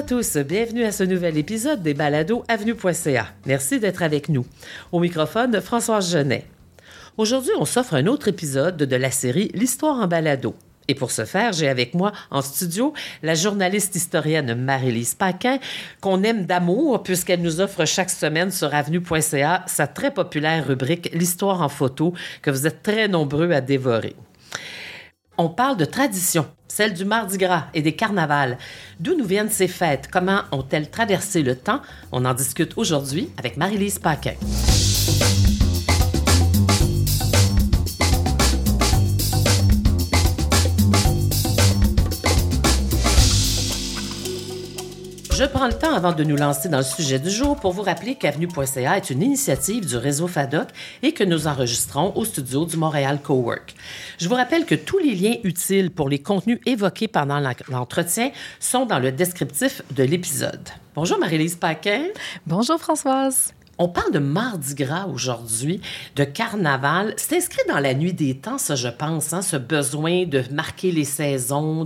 tous, bienvenue à ce nouvel épisode des balados avenue.ca. Merci d'être avec nous. Au microphone, Françoise Genet. Aujourd'hui, on s'offre un autre épisode de la série L'Histoire en balado. Et pour ce faire, j'ai avec moi en studio la journaliste historienne Marie-Lise Paquin, qu'on aime d'amour puisqu'elle nous offre chaque semaine sur avenue.ca sa très populaire rubrique L'Histoire en photo que vous êtes très nombreux à dévorer. On parle de tradition, celle du Mardi Gras et des carnavals. D'où nous viennent ces fêtes? Comment ont-elles traversé le temps? On en discute aujourd'hui avec Marie-Lise Paquin. Je prends le temps avant de nous lancer dans le sujet du jour pour vous rappeler qu'Avenue.ca est une initiative du réseau FADOC et que nous enregistrons au studio du Montréal Cowork. Je vous rappelle que tous les liens utiles pour les contenus évoqués pendant l'entretien sont dans le descriptif de l'épisode. Bonjour Marie-Lise Paquin. Bonjour Françoise. On parle de Mardi Gras aujourd'hui, de carnaval. C'est inscrit dans la nuit des temps, ça je pense, ce besoin de marquer les saisons,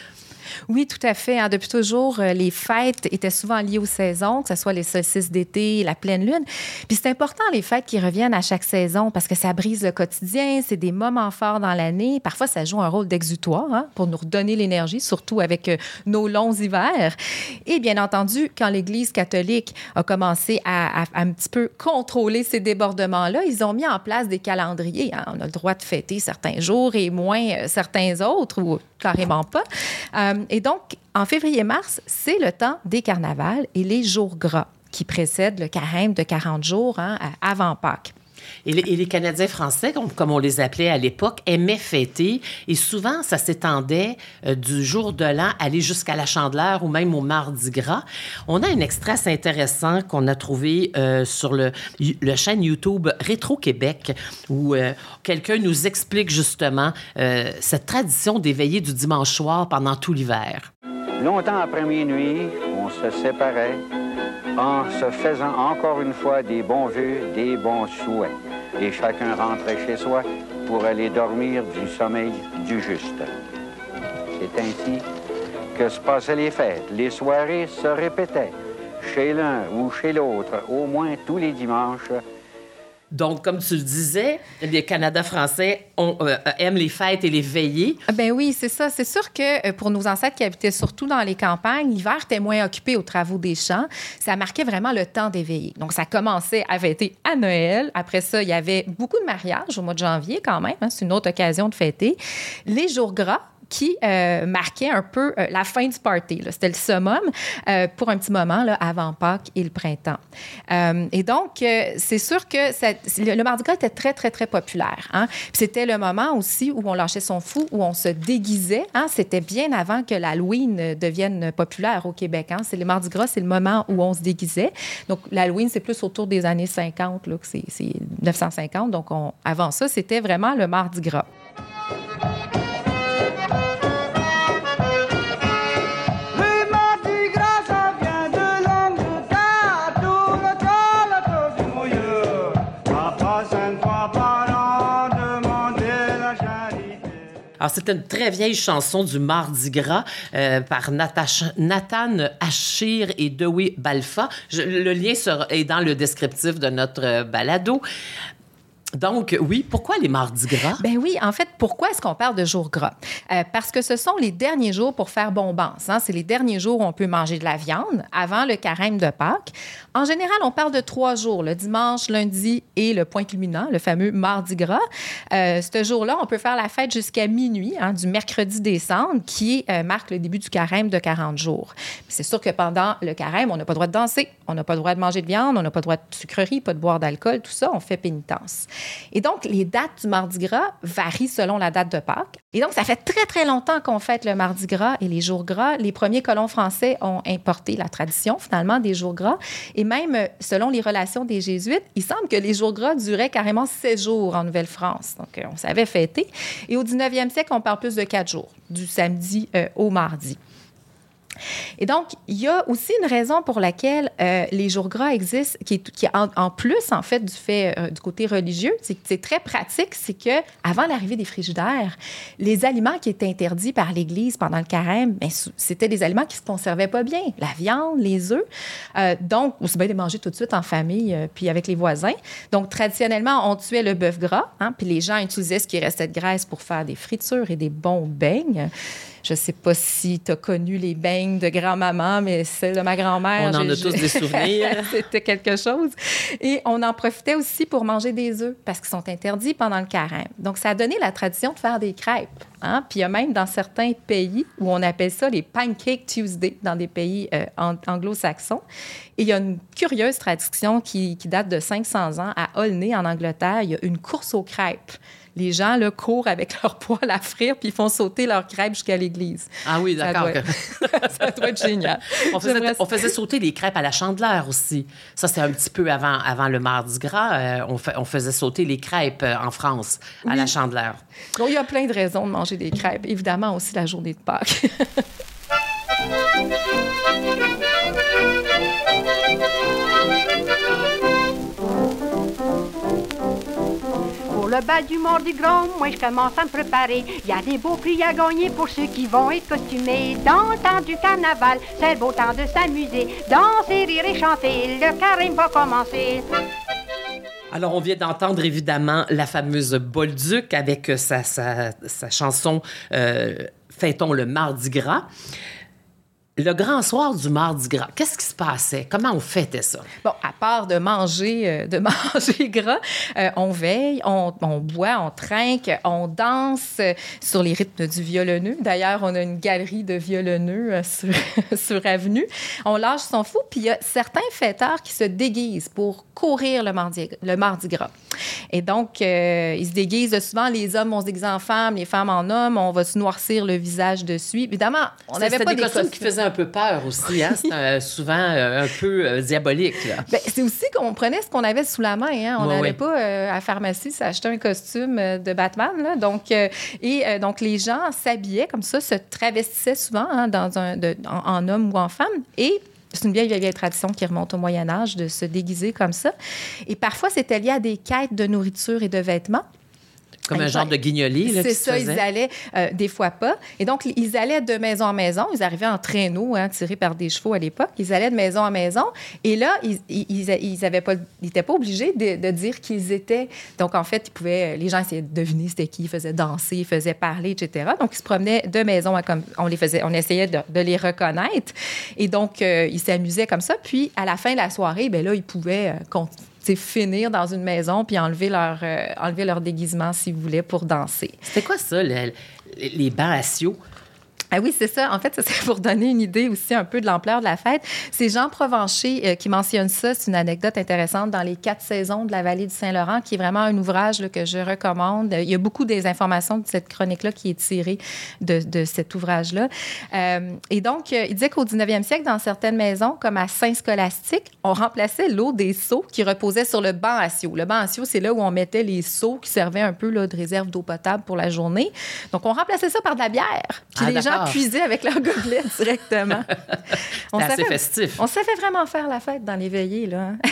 Oui, tout à fait. Depuis toujours, les fêtes étaient souvent liées aux saisons, que ce soit les solstices d'été, la pleine lune. Puis c'est important, les fêtes qui reviennent à chaque saison, parce que ça brise le quotidien, c'est des moments forts dans l'année. Parfois, ça joue un rôle d'exutoire pour nous redonner l'énergie, surtout avec nos longs hivers. Et bien entendu, quand l'Église catholique a commencé à un petit peu contrôler ces débordements-là, ils ont mis en place des calendriers. On a le droit de fêter certains jours et moins certains autres, ou carrément pas. Et donc, en février-mars, c'est le temps des carnavals et les jours gras qui précèdent le carême de 40 jours avant Pâques. Et les Canadiens français, comme on les appelait à l'époque, aimaient fêter. Et souvent, ça s'étendait du jour de l'an, aller jusqu'à la Chandeleur ou même au Mardi Gras. On a un extrait assez intéressant qu'on a trouvé sur le chaîne YouTube Rétro-Québec où quelqu'un nous explique justement cette tradition des veillées du dimanche soir pendant tout l'hiver. Longtemps après minuit, on se séparait en se faisant encore une fois des bons vœux, des bons souhaits. Et chacun rentrait chez soi pour aller dormir du sommeil du juste. C'est ainsi que se passaient les fêtes. Les soirées se répétaient chez l'un ou chez l'autre, au moins tous les dimanches. Donc, comme tu le disais, les Canadiens français aiment les fêtes et les veillées. Ben oui, c'est ça. C'est sûr que pour nos ancêtres qui habitaient surtout dans les campagnes, l'hiver était moins occupé aux travaux des champs. Ça marquait vraiment le temps des veillées. Donc, ça commençait à fêter à Noël. Après ça, il y avait beaucoup de mariages au mois de janvier quand même. C'est une autre occasion de fêter. Les jours gras, qui marquait un peu la fin du party. Là. C'était le summum pour un petit moment là, avant Pâques et le printemps. Et donc, c'est sûr que le Mardi Gras était très, très, très populaire. Puis c'était le moment aussi où on lâchait son fou, où on se déguisait. C'était bien avant que l'Halloween devienne populaire au Québec. C'est le Mardi Gras, c'est le moment où on se déguisait. Donc, l'Halloween, c'est plus autour des années 50, là, que c'est 950. Donc, avant ça, c'était vraiment le Mardi Gras. Alors, c'est une très vieille chanson du Mardi Gras par Nathan Achir et Dewey Balfa. Le lien est dans le descriptif de notre balado. Donc, oui, pourquoi les Mardis Gras? Ben oui, en fait, pourquoi est-ce qu'on parle de jours gras? Parce que ce sont les derniers jours pour faire bombance. C'est les derniers jours où on peut manger de la viande avant le carême de Pâques. En général, on parle de 3 jours, le dimanche, lundi et le point culminant, le fameux Mardi Gras. Ce jour-là, on peut faire la fête jusqu'à minuit, du mercredi décembre, qui marque le début du carême de 40 jours. Puis c'est sûr que pendant le carême, on n'a pas le droit de danser, on n'a pas le droit de manger de viande, on n'a pas le droit de sucreries, pas de boire d'alcool, tout ça, on fait pénitence. Et donc, les dates du Mardi Gras varient selon la date de Pâques. Et donc, ça fait très, très longtemps qu'on fête le Mardi Gras et les jours gras. Les premiers colons français ont importé la tradition, finalement, des jours gras. Et même, selon les relations des Jésuites, il semble que les jours gras duraient carrément 16 jours en Nouvelle-France. Donc, on savait fêter. Et au 19e siècle, on parle plus de 4 jours, du samedi au mardi. Et donc, il y a aussi une raison pour laquelle les jours gras existent, qui est en plus, en fait, du côté religieux, c'est très pratique, c'est que avant l'arrivée des frigidaires, les aliments qui étaient interdits par l'Église pendant le carême, bien, c'était des aliments qui se conservaient pas bien. La viande, les œufs. Donc, aussi bien les manger tout de suite en famille, puis avec les voisins. Donc, traditionnellement, on tuait le bœuf gras, hein, puis les gens utilisaient ce qui restait de graisse pour faire des fritures et des bons beignes. Je ne sais pas si tu as connu les beignes de grand-maman, mais celle de ma grand-mère... On en a tous des souvenirs. C'était quelque chose. Et on en profitait aussi pour manger des œufs, parce qu'ils sont interdits pendant le carême. Donc, ça a donné la tradition de faire des crêpes. Hein? Puis il y a même dans certains pays où on appelle ça les Pancake Tuesday, dans des pays anglo-saxons. Et il y a une curieuse tradition qui date de 500 ans. À Olney, en Angleterre, il y a une course aux crêpes. Les gens là, courent avec leur poêle à frire puis ils font sauter leurs crêpes jusqu'à l'église. Ah oui, d'accord. Ça doit être génial. On faisait sauter les crêpes à la Chandeleur aussi. Ça, c'est un petit peu avant le Mardi Gras. On faisait sauter les crêpes en France à la Chandeleur. Donc, il y a plein de raisons de manger des crêpes. Évidemment, aussi la journée de Pâques. Pour le bal du Mardi Gras, moi je commence à me préparer. Il y a des beaux prix à gagner pour ceux qui vont être costumés. Dans le temps du carnaval, c'est le beau temps de s'amuser. Danser, rire et chanter, le carême va commencer. Alors, on vient d'entendre évidemment la fameuse Bolduc avec sa chanson Fêtons le Mardi Gras. Le grand soir du Mardi Gras, qu'est-ce qui se passait? Comment on fêtait ça? Bon, à part de manger gras, on veille, on boit, on trinque, on danse sur les rythmes du violoneux. D'ailleurs, on a une galerie de violoneux sur Avenue. On lâche son fou, puis il y a certains fêteurs qui se déguisent pour courir le Mardi Gras. Et donc, ils se déguisent souvent, les hommes vont se déguiser en femmes, les femmes en hommes, on va se noircir le visage dessus. Évidemment, on n'avait pas des costumes qui faisaient un peu peur aussi, hein? C'était souvent un peu diabolique, là. Bien, c'est aussi qu'on prenait ce qu'on avait sous la main, hein? On n'allait pas à la pharmacie s'acheter un costume de Batman, là. Donc, donc, les gens s'habillaient comme ça, se travestissaient souvent, hein, en homme ou en femme, et c'est une vieille tradition qui remonte au Moyen Âge de se déguiser comme ça. Et parfois, c'était lié à des quêtes de nourriture et de vêtements. Comme un genre de guignolier, là, c'est ça, ils allaient, des fois pas. Et donc, ils allaient de maison en maison. Ils arrivaient en traîneau, hein, tirés par des chevaux à l'époque. Ils allaient de maison en maison. Et là, ils n'étaient pas obligés de dire qui ils étaient. Donc, en fait, les gens essayaient de deviner c'était qui. Ils faisaient danser, ils faisaient parler, etc. Donc, ils se promenaient de maison on essayait de les reconnaître. Et donc, ils s'amusaient comme ça. Puis, à la fin de la soirée, bien là, ils pouvaient finir dans une maison puis enlever leur déguisement, s'ils voulaient, pour danser. C'était quoi ça, les bancs à Sio? Ah oui, c'est ça. En fait, ça c'est pour donner une idée aussi un peu de l'ampleur de la fête. C'est Jean Provencher qui mentionne ça. C'est une anecdote intéressante dans les 4 saisons de la vallée du Saint-Laurent, qui est vraiment un ouvrage là, que je recommande. Il y a beaucoup des informations de cette chronique-là qui est tirée de cet ouvrage-là. Et donc, il disait qu'au 19e siècle, dans certaines maisons, comme à Saint-Scolastique, on remplaçait l'eau des seaux qui reposaient sur le banc à Sio. Le banc à Sio, c'est là où on mettait les seaux qui servaient un peu là, de réserve d'eau potable pour la journée. Donc, on remplaçait ça par de la bière. Puis les gens puisaient avec leur gobelet directement. C'est assez festif. On savait vraiment faire la fête dans les veillées, là. Hein?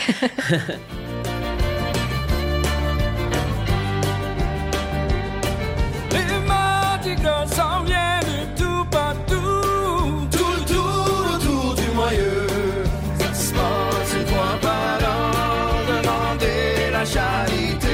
Les Mardi Gras s'en viennent de tout partout, tout autour du moyeu. Ça se passe une fois par an, demander la charité.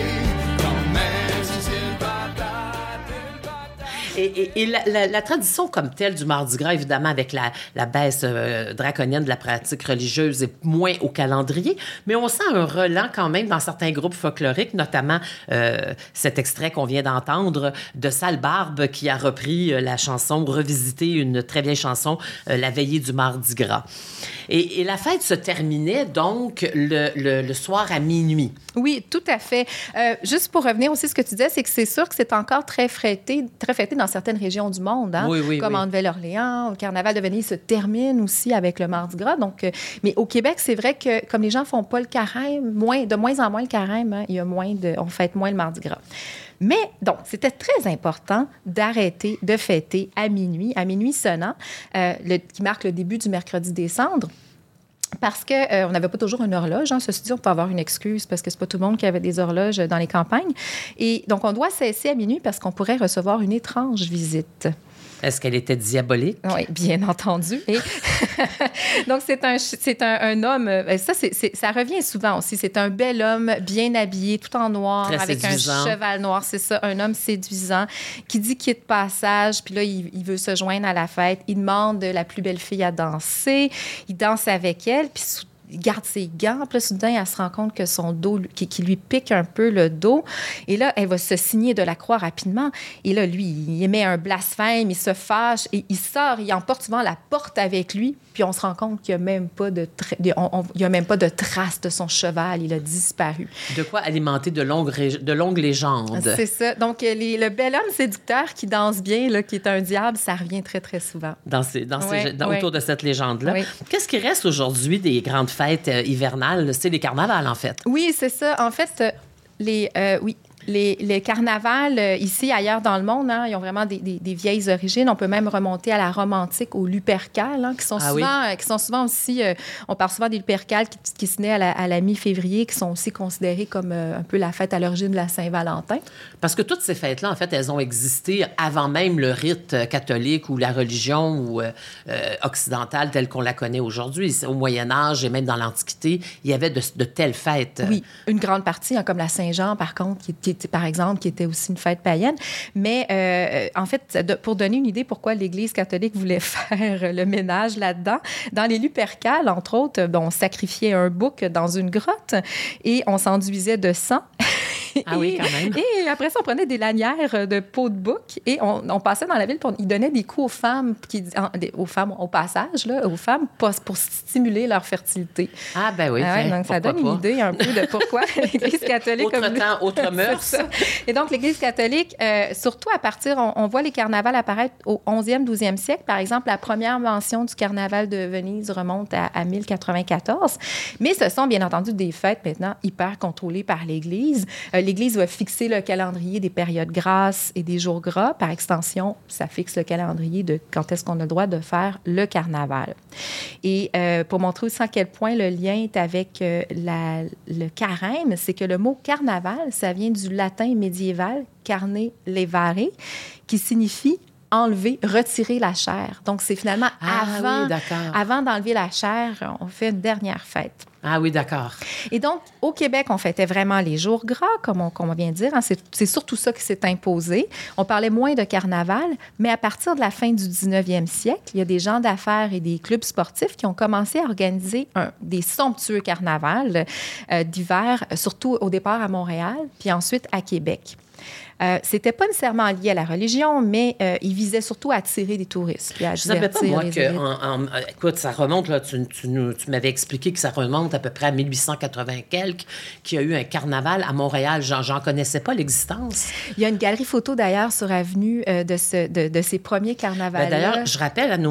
Et la tradition comme telle du Mardi Gras, évidemment, avec la baisse draconienne de la pratique religieuse, est moins au calendrier, mais on sent un relent quand même dans certains groupes folkloriques, notamment cet extrait qu'on vient d'entendre de Sale Barbe qui a repris la chanson, revisité une très vieille chanson, La veillée du Mardi Gras. Et la fête se terminait donc le soir à minuit. Oui, tout à fait. Juste pour revenir aussi à ce que tu disais, c'est que c'est sûr que c'est encore très fêté dans certaines régions du monde, hein? Oui, comme en Nouvelle-Orléans. Le carnaval de Venise se termine aussi avec le Mardi Gras. Donc, mais au Québec, c'est vrai que comme les gens font pas le carême, de moins en moins le carême, hein, on fête moins le Mardi Gras. Mais donc, c'était très important d'arrêter de fêter à minuit sonnant, qui marque le début du mercredi des cendres. Parce qu'on n'avait pas toujours une horloge. Ceci dit, on peut avoir une excuse parce que c'est pas tout le monde qui avait des horloges dans les campagnes. Et donc, on doit cesser à minuit parce qu'on pourrait recevoir une étrange visite. Est-ce qu'elle était diabolique? Oui, bien entendu. Et donc, c'est un homme... Ça revient souvent aussi. C'est un bel homme, bien habillé, tout en noir, très avec séduisant. Un cheval noir. C'est ça, un homme séduisant qui dit qu'il est de passage. Puis là, il veut se joindre à la fête. Il demande la plus belle fille à danser. Il danse avec elle. Puis il garde ses gants. Puis là, soudain, elle se rend compte que son dos, qui lui pique un peu le dos. Et là, elle va se signer de la croix rapidement. Et là, lui, il émet un blasphème, il se fâche et il sort, il emporte souvent la porte avec lui. Puis on se rend compte qu'il n'y a même pas de traces de son cheval. Il a disparu. De quoi alimenter de longues légendes. C'est ça. Donc, le bel homme séducteur qui danse bien, là, qui est un diable, ça revient très, très souvent. Autour de cette légende-là. Oui. Qu'est-ce qui reste aujourd'hui des grandes fêtes hivernales? C'est les carnavals, en fait. Oui, c'est ça. En fait, les carnavals, ici, ailleurs dans le monde, ils ont vraiment des vieilles origines. On peut même remonter à la Rome antique, au Lupercal, qui sont souvent aussi... on parle souvent des Lupercales qui se naissent à la mi-février, qui sont aussi considérés comme un peu la fête à l'origine de la Saint-Valentin. Parce que toutes ces fêtes-là, en fait, elles ont existé avant même le rite catholique ou la religion occidentale telle qu'on la connaît aujourd'hui. Au Moyen Âge et même dans l'Antiquité, il y avait de telles fêtes. Oui, une grande partie, comme la Saint-Jean, par contre, par exemple, qui était aussi une fête païenne. Mais en fait, pour donner une idée pourquoi l'Église catholique voulait faire le ménage là-dedans, dans les Lupercales, entre autres, on sacrifiait un bouc dans une grotte et on s'enduisait de sang. Ah oui, quand même. Et après ça, on prenait des lanières de peau de bouc et on passait dans la ville, puis ils donnaient des coups aux femmes au passage, aux femmes, pour stimuler leur fertilité. Ah ben oui. Donc, ça donne une idée un peu de pourquoi l'Église catholique... Autre temps, autre mœurs. Et donc, l'Église catholique, surtout à partir... On voit les carnavals apparaître au 11e, 12e siècle. Par exemple, la première mention du carnaval de Venise remonte à 1094. Mais ce sont, bien entendu, des fêtes maintenant hyper contrôlées par l'Église. L'Église va fixer le calendrier des périodes grasses et des jours gras. Par extension, ça fixe le calendrier de quand est-ce qu'on a le droit de faire le carnaval. Et pour montrer aussi à quel point le lien est avec le carême, c'est que le mot carnaval, ça vient du latin médiéval carne levare, qui signifie enlever, retirer la chair. Donc, c'est finalement avant d'enlever la chair, on fait une dernière fête. Ah oui, d'accord. Et donc, au Québec, on fêtait vraiment les jours gras, comme on vient de dire. C'est surtout ça qui s'est imposé. On parlait moins de carnaval, mais à partir de la fin du 19e siècle, il y a des gens d'affaires et des clubs sportifs qui ont commencé à organiser des somptueux carnavals d'hiver, surtout au départ à Montréal, puis ensuite à Québec. C'était pas nécessairement lié à la religion, mais il visait surtout à attirer des touristes. Puis à je ne savais pas, moi, que... écoute, ça remonte, là, tu m'avais expliqué que ça remonte à peu près à 1880 quelques, qu'il y a eu un carnaval à Montréal. J'en connaissais pas l'existence. Il y a une galerie photo, d'ailleurs, sur Avenue de ces premiers carnavals. D'ailleurs, je rappelle à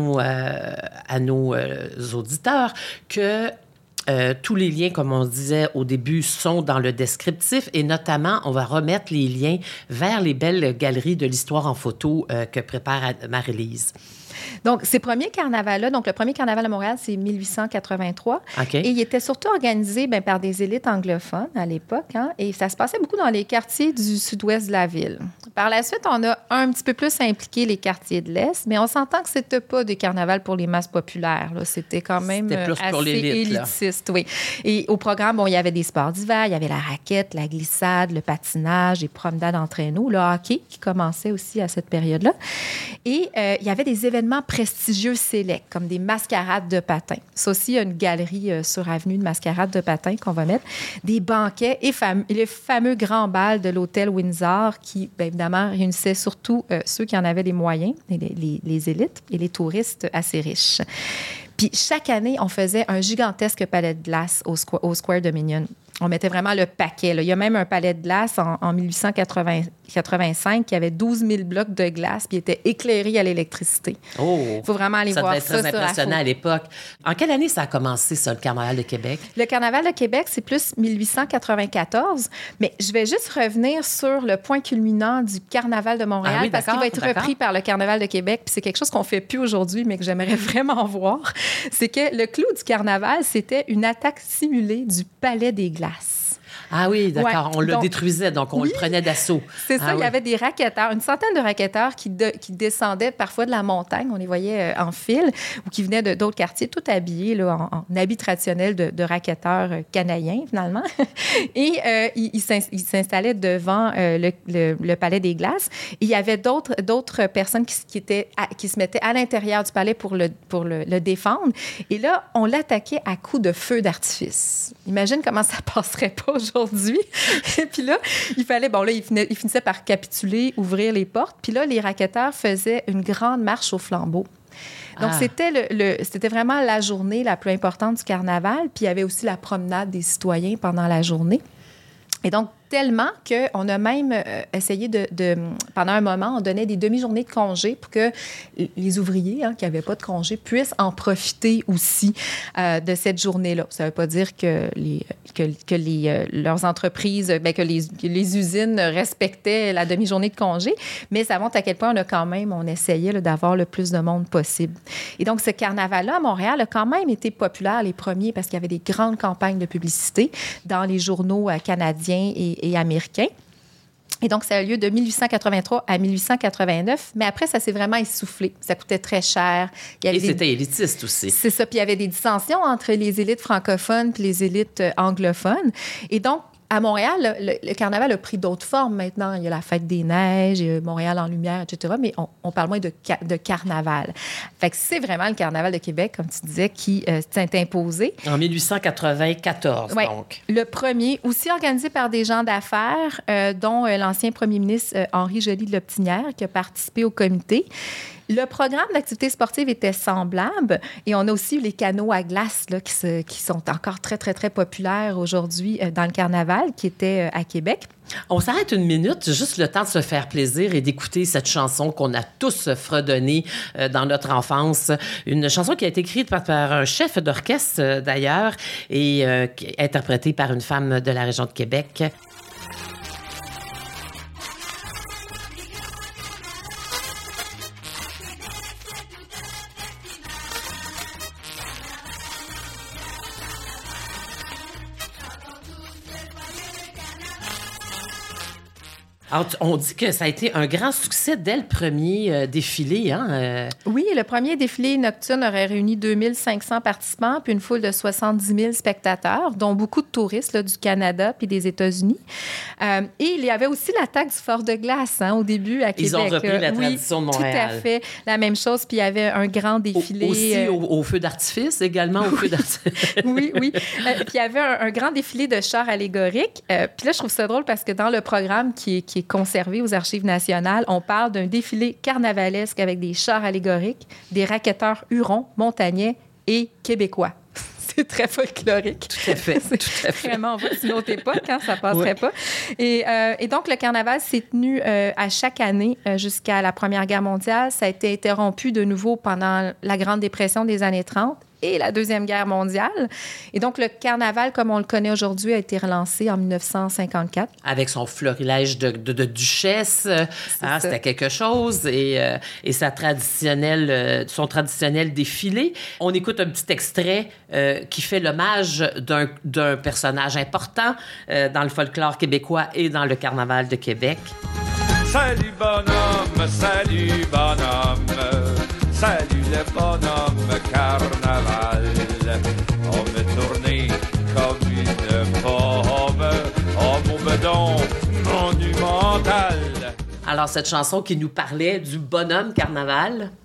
nos auditeurs que... tous les liens, comme on disait au début, sont dans le descriptif et notamment, on va remettre les liens vers les belles galeries de l'histoire en photo que prépare Marie-Lise. Donc, ces premiers carnavals-là, donc le premier carnaval à Montréal, c'est 1883. Okay. Et il était surtout organisé par des élites anglophones à l'époque. Et ça se passait beaucoup dans les quartiers du sud-ouest de la ville. Par la suite, on a un petit peu plus impliqué les quartiers de l'Est, mais on s'entend que c'était pas des carnavals pour les masses populaires. Là. C'était quand même assez élitiste. Oui. Et au programme, il y avait des sports d'hiver, il y avait la raquette, la glissade, le patinage, les promenades en traîneau, le hockey qui commençait aussi à cette période-là. Et il y avait des événements prestigieux sélects, comme des mascarades de patins. Ça aussi, il y a une galerie sur Avenue de mascarades de patins qu'on va mettre. Des banquets et les fameux grands bals de l'hôtel Windsor qui, évidemment, réunissaient surtout ceux qui en avaient les moyens, les élites et les touristes assez riches. Puis chaque année, on faisait un gigantesque palais de glace au Square Dominion. On mettait vraiment le paquet, là. Il y a même un palais de glace en 1885 qui avait 12 000 blocs de glace puis était éclairé à l'électricité. Oh! Il faut vraiment aller voir ça. Ça devait être très impressionnant à l'époque. En quelle année ça a commencé, ça, le Carnaval de Québec? Le Carnaval de Québec, c'est plus 1894. Mais je vais juste revenir sur le point culminant du Carnaval de Montréal Ah oui, parce qu'il va être repris par le Carnaval de Québec. Puis c'est quelque chose qu'on ne fait plus aujourd'hui, mais que j'aimerais vraiment voir. C'est que le clou du Carnaval, c'était une attaque simulée du Palais des Glaces. Ah oui, d'accord. Ouais, On le détruisait, donc on le prenait d'assaut. C'est ça. Ah Il y oui. avait des racketteurs, une centaine de racketteurs qui descendaient parfois de la montagne. On les voyait en file ou qui venaient d'autres quartiers, tout habillés là, en habits traditionnels de racketteurs canadiens, finalement. Et ils s'installaient devant le Palais des Glaces. Et il y avait d'autres personnes qui se mettaient à l'intérieur du palais pour le défendre. Et là, on l'attaquait à coups de feu d'artifice. Imagine comment ça passerait pas aujourd'hui. Et puis là, il finissait par capituler, ouvrir les portes. Puis là, les racketteurs faisaient une grande marche au flambeau. Donc, c'était vraiment la journée la plus importante du carnaval. Puis il y avait aussi la promenade des citoyens pendant la journée. Et donc, tellement qu'on a même essayé pendant un moment, on donnait des demi-journées de congé pour que les ouvriers qui n'avaient pas de congé puissent en profiter aussi de cette journée-là. Ça ne veut pas dire que leurs entreprises, que les usines respectaient la demi-journée de congé, mais ça montre à quel point on essayait là, d'avoir le plus de monde possible. Et donc, ce carnaval-là à Montréal a quand même été populaire les premiers parce qu'il y avait des grandes campagnes de publicité dans les journaux canadiens et américains. Et donc, ça a eu lieu de 1883 à 1889. Mais après, ça s'est vraiment essoufflé. Ça coûtait très cher. C'était élitiste aussi. C'est ça. Puis il y avait des dissensions entre les élites francophones et les élites anglophones. Et donc, à Montréal, le carnaval a pris d'autres formes maintenant. Il y a la fête des neiges, il y a Montréal en lumière, etc. Mais on parle moins de carnaval. Fait que c'est vraiment le carnaval de Québec, comme tu disais, qui s'est imposé. En 1894, ouais, donc. Le premier, aussi organisé par des gens d'affaires, dont l'ancien premier ministre Henri Joly de Loptinière, qui a participé au comité. Le programme d'activité sportive était semblable et on a aussi eu les canots à glace là, qui sont encore très, très, très populaires aujourd'hui dans le carnaval, qui était à Québec. On s'arrête une minute, juste le temps de se faire plaisir et d'écouter cette chanson qu'on a tous fredonnée dans notre enfance. Une chanson qui a été écrite par un chef d'orchestre, d'ailleurs, et interprétée par une femme de la région de Québec. Alors, on dit que ça a été un grand succès dès le premier défilé. Hein? Oui, le premier défilé nocturne aurait réuni 2500 participants puis une foule de 70 000 spectateurs, dont beaucoup de touristes là, du Canada puis des États-Unis. Et il y avait aussi l'attaque du fort de glace au début à Québec. Ils ont repris la tradition de Montréal. Tout à fait. La même chose. Puis il y avait un grand défilé. Aussi au feu d'artifice, également au feu d'artifice. Oui. Puis il y avait un grand défilé de chars allégoriques. Puis là, je trouve ça drôle parce que dans le programme qui est conservé aux Archives nationales, on parle d'un défilé carnavalesque avec des chars allégoriques, des racketteurs hurons, montagnais et québécois. C'est très folklorique. Tout à fait. C'est vraiment, on voit une autre époque, ça passerait pas. Et donc, le carnaval s'est tenu à chaque année jusqu'à la Première Guerre mondiale. Ça a été interrompu de nouveau pendant la Grande Dépression des années 30 et la Deuxième Guerre mondiale. Et donc, le carnaval, comme on le connaît aujourd'hui, a été relancé en 1954. Avec son florilège de duchesse, c'était quelque chose. Et son traditionnel défilé. On écoute un petit extrait qui fait l'hommage d'un personnage important dans le folklore québécois et dans le carnaval de Québec. Salut bonhomme, salut bonhomme, salut le bonhomme carnaval. On me tournait comme une pomme, oh mon bedon monumental. Alors, cette chanson qui nous parlait du bonhomme carnaval.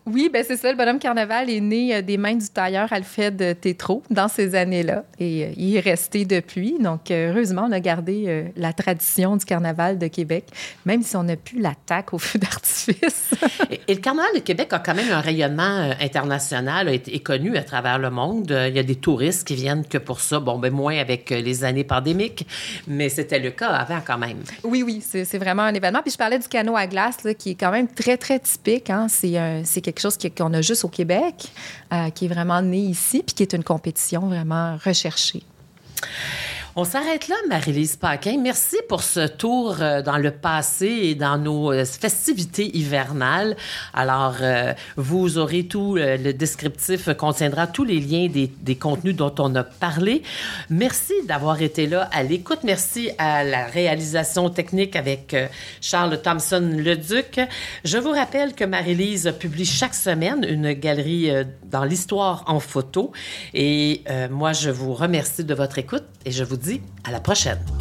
Oui, ben c'est ça. Le bonhomme carnaval est né des mains du tailleur Alfred Tétrault dans ces années-là. Et il est resté depuis. Donc, heureusement, on a gardé la tradition du carnaval de Québec, même si on n'a plus l'attaque au feu d'artifice. Et le carnaval de Québec a quand même un rayonnement international, est connu à travers le monde. Il y a des touristes qui viennent que pour ça. Bon, ben moins avec les années pandémiques, mais c'était le cas avant quand même. Oui, c'est vraiment un événement. Puis je parlais du canot à glace, là, qui est quand même très, très typique. Hein. C'est quelque chose qu'on a juste au Québec, qui est vraiment né ici, puis qui est une compétition vraiment recherchée. On s'arrête là, Marie-Lise Paquin. Merci pour ce tour dans le passé et dans nos festivités hivernales. Alors, vous aurez tout, le descriptif contiendra tous les liens des contenus dont on a parlé. Merci d'avoir été là à l'écoute. Merci à la réalisation technique avec Charles Thompson-Leduc. Je vous rappelle que Marie-Lise publie chaque semaine une galerie dans l'histoire en photo. Et moi, je vous remercie de votre écoute et je vous dis à la prochaine.